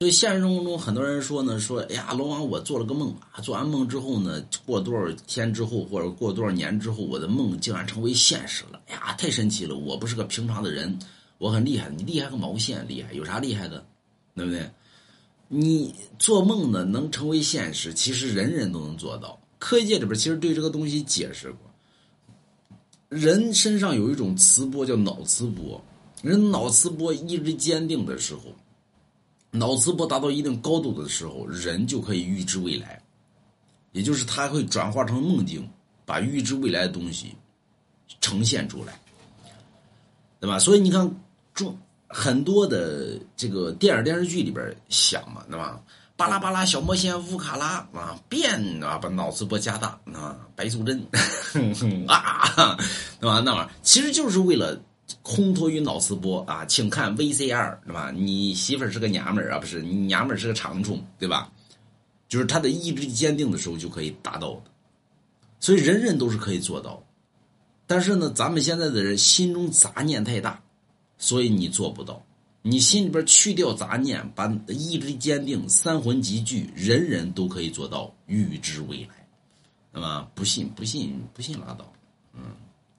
所以现实生活中，很多人说呢，说哎呀，龙王，我做了个梦啊，做完梦之后呢，过多少天之后，或者过多少年之后，我的梦竟然成为现实了，哎呀，太神奇了！我不是个平常的人，我很厉害，你厉害个毛线？厉害有啥厉害的，对不对？你做梦呢能成为现实，其实人人都能做到。科学界里边其实对这个东西解释过，人身上有一种磁波叫脑磁波，人脑磁波意志坚定的时候。脑磁波达到一定高度的时候，人就可以预知未来，也就是它会转化成梦境，把预知未来的东西呈现出来，对吧？所以你看，很多的这个电视剧里边想嘛，对吧？巴拉巴拉小魔仙乌卡拉啊，变啊，把脑磁波加大啊，白素贞啊，对吧？那玩意儿其实就是为了烘托于脑磁波啊，请看 VCR， 对吧？你媳妇儿是个娘们儿啊，不是你娘们儿是个长虫，对吧？就是他的意志力坚定的时候就可以达到的，所以人人都是可以做到。但是呢，咱们现在的人心中杂念太大，所以你做不到。你心里边去掉杂念，把意志力坚定，三魂集聚，人人都可以做到预知未来。那么不信拉倒，